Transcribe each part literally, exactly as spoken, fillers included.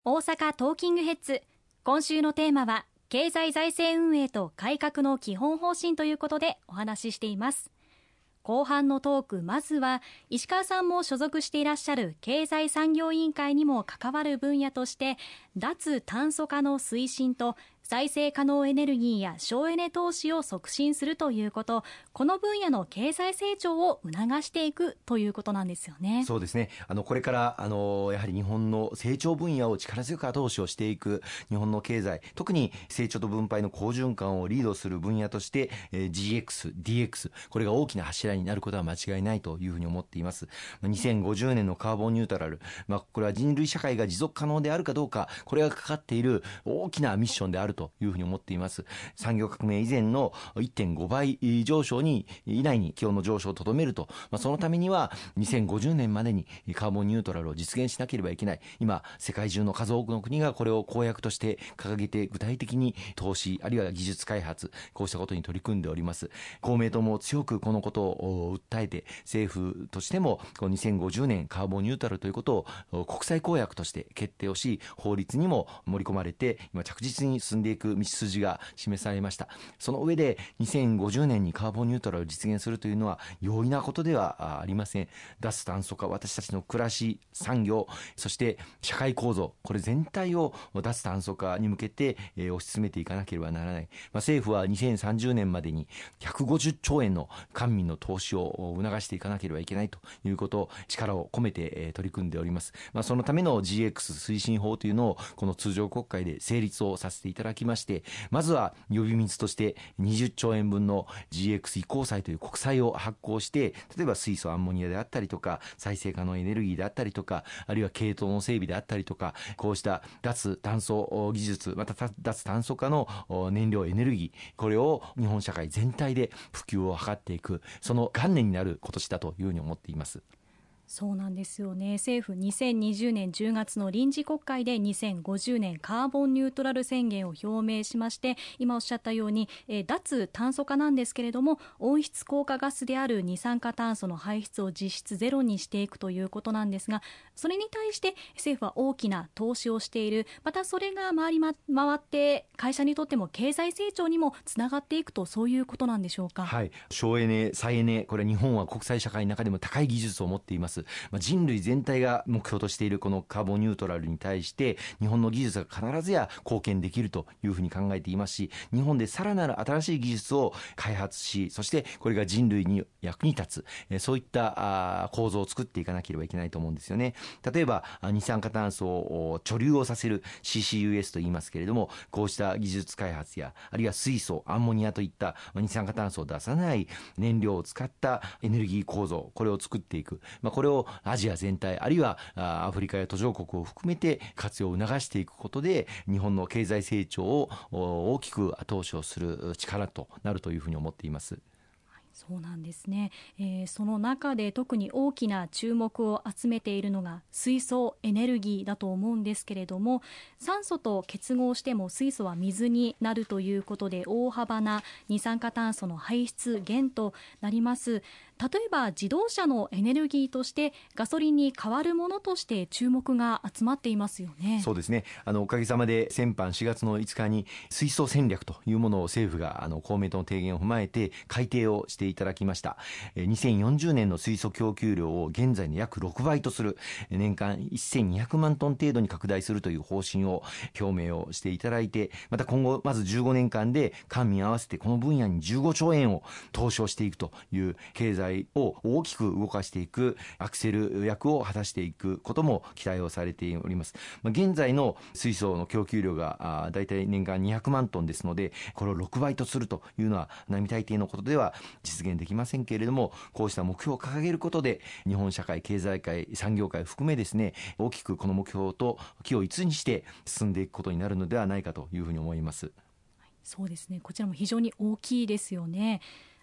大阪トーキングヘッズ、今週のテーマは経済財政運営と改革の基本方針ということでお話ししています。後半のトーク、まずは石川さんも所属していらっしゃる経済産業委員会にも関わる分野として、脱炭素化の推進と再生可能エネルギーや省エネ投資を促進するということ、この分野の経済成長を促していくということなんですよね。 そうですね。あのこれからあのやはり日本の成長分野を力強く後押しをしていく日本の経済、特に成長と分配の好循環をリードする分野として、えー、ジーエックス、ディーエックス、これが大きな柱になることは間違いないというふうに思っています。にせんごじゅうねんのカーボンニュートラル、まあ、これは人類社会が持続可能であるかどうか、これがかかっている大きなミッションであるというふうに思っています。産業革命以前の いってんごばい上昇に以内に気温の上昇をとどめると、まあ、そのためにはにせんごじゅうねんまでにカーボンニュートラルを実現しなければいけない。今世界中の数多くの国がこれを公約として掲げて、具体的に投資あるいは技術開発、こうしたことに取り組んでおります。公明党も強くこのことを訴えて、政府としてもこのにせんごじゅうねんカーボンニュートラルということを国際公約として決定をし、法律にも盛り込まれて今着実に進んでいく道筋が示されました。その上でにせんごじゅうねんにカーボンニュートラルを実現するというのは容易なことではありません。脱炭素化、私たちの暮らし、産業、そして社会構造、これ全体を脱炭素化に向けて、えー、推し進めていかなければならない。まあ、政府はにせんさんじゅうねんまでにひゃくごじゅっちょうえんの官民の投資を促していかなければいけないということを力を込めて、えー、取り組んでおります。まあ、そのための ジーエックス 推進法というのをこの通常国会で成立をさせていただきまして、まずは呼び水としてにじゅっちょうえんぶんの ジーエックス 移行債という国債を発行して、例えば水素アンモニアであったりとか再生可能エネルギーであったりとか、あるいは系統の整備であったりとか、こうした脱炭素技術、また脱炭素化の燃料エネルギー、これを日本社会全体で普及を図っていく、その元年になる今年だというふうに思っています。 そうなんですよね。政府にせんにじゅうねんじゅうがつの臨時国会でにせんごじゅうねんカーボンニュートラル宣言を表明しまして、今おっしゃったように、えー、脱炭素化なんですけれども、温室効果ガスである二酸化炭素の排出を実質ゼロにしていくということなんですが、それに対して政府は大きな投資をしている。またそれが回り、ま、回って会社にとっても経済成長にもつながっていくと、そういうことなんでしょうか。 はい、省エネ、再エネ、これ日本は国際社会の中でも高い技術を持っています。まあ、人類全体が目標としているこのカーボンニュートラルに対して日本の技術が必ずや貢献できるというふうに考えていますし、日本でさらなる新しい技術を開発し、そしてこれが人類に役に立つ、そういった構造を作っていかなければいけないと思うんですよね。例えば二酸化炭素を貯留をさせる シーシーユーエス と言いますけれども、こうした技術開発や、あるいは水素、アンモニアといった二酸化炭素を出さない燃料を使ったエネルギー構造、これを作っていく、まあ、これをアジア全体、あるいはアフリカや途上国を含めて活用を促していくことで、日本の経済成長を大きく後押しをする力となるというふうに思っています。 そうなんですね、えー、その中で特に大きな注目を集めているのが水素エネルギーだと思うんですけれども、酸素と結合しても水素は水になるということで、大幅な二酸化炭素の排出減となります。例えば自動車のエネルギーとしてガソリンに代わるものとして注目が集まっていますよね。 そうですね。あのおかげさまで先般しがつのいつかに水素戦略というものを政府があの公明党の提言を踏まえて改定をしていただきました。にせんよんじゅうねんの水素供給量を現在の約ろくばいとする年間せんにひゃくまんトン程度に拡大するという方針を表明をしていただいて、また今後まずじゅうごねんかんで官民合わせてこの分野にじゅうごちょうえんを投資をしていくという経済を大きく動かしていくアクセル役を果たしていくことも期待をされております。現在の水素の供給量がだいたい年間にひゃくまんトンですので、これをろくばいとするというのは並大抵のことでは実現できませんけれども、こうした目標を掲げることで日本社会、経済界、産業界を含めですね、大きくこの目標と軌を一にして進んでいくことになるのではないかというふうに思います。 そうですね、こちらも非常に大きいですよね。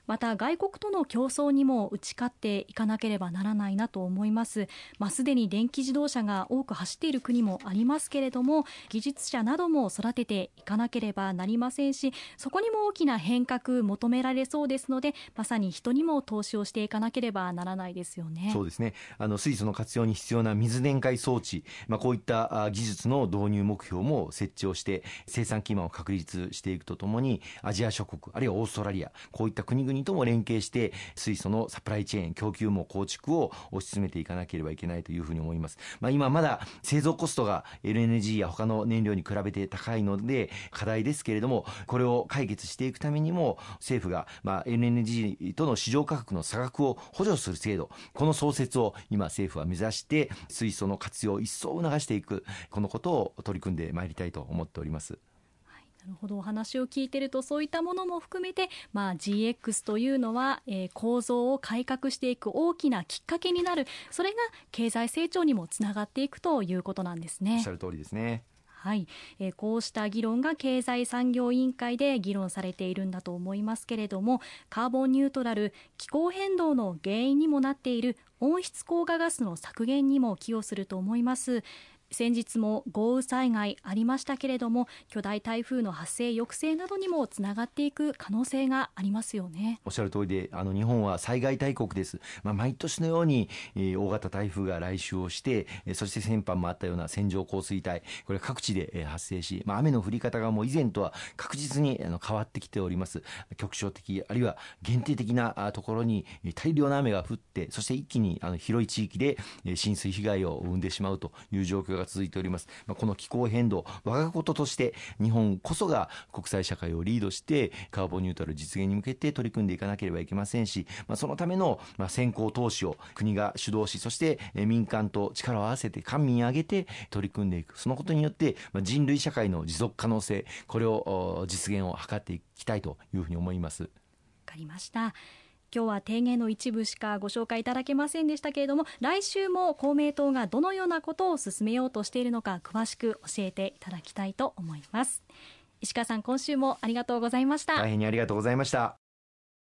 また外国との競争にも打ち勝っていかなければならないなと思います。まあ、すでに電気自動車が多く走っている国もありますけれども、技術者なども育てていかなければなりませんし、そこにも大きな変革求められそうですので、まさに人にも投資をしていかなければならないですよね。 そうですね。あの水素の活用に必要な水電解装置、まあ、こういった技術の導入目標も設置をして生産基盤を確立していくとともに、アジア諸国あるいはオーストラリア、こういった国々とも連携して水素のサプライチェーン供給網構築を推し進めていかなければいけないというふうに思います。まあ、今まだ製造コストが エルエヌジー や他の燃料に比べて高いので課題ですけれども、これを解決していくためにも政府がまあ エルエヌジー との市場価格の差額を補助する制度、この創設を今政府は目指して水素の活用を一層促していく、このことを取り組んでまいりたいと思っております。 なるほど。お話を聞いているとそういったものも含めて、まあ、ジーエックス というのは、えー、構造を改革していく大きなきっかけになる、それが経済成長にもつながっていくということなんですね。 おっしゃる通りですね。 はい、えー、こうした議論が経済産業委員会で議論されているんだと思いますけれども、カーボンニュートラル、気候変動の原因にもなっている温室効果ガスの削減にも寄与すると思います。先日も豪雨災害ありましたけれども、巨大台風の発生抑制などにもつながっていく可能性がありますよね。 おっしゃる通りで、あの日本は災害大国です。まあ、毎年のように、えー、大型台風が来襲をして、えー、そして先般もあったような線状降水帯、これ各地で、えー、発生し、まあ、雨の降り方がもう以前とは確実にあの変わってきております。局所的あるいは限定的なところに大量の雨が降って、そして一気にあの広い地域で、えー、浸水被害を生んでしまうという状況が続いております。まあ、この気候変動、我が事として日本こそが国際社会をリードしてカーボンニュートラル実現に向けて取り組んでいかなければいけませんし、まあ、そのためのまあ先行投資を国が主導し、そして民間と力を合わせて官民挙げて取り組んでいく、そのことによって人類社会の持続可能性、これを実現を図っていきたいというふうに思います。 わかりました。今日は提言の一部しかご紹介いただけませんでしたけれども、来週も公明党がどのようなことを進めようとしているのか詳しく教えていただきたいと思います。石川さん、今週もありがとうございました。 大変にありがとうございました。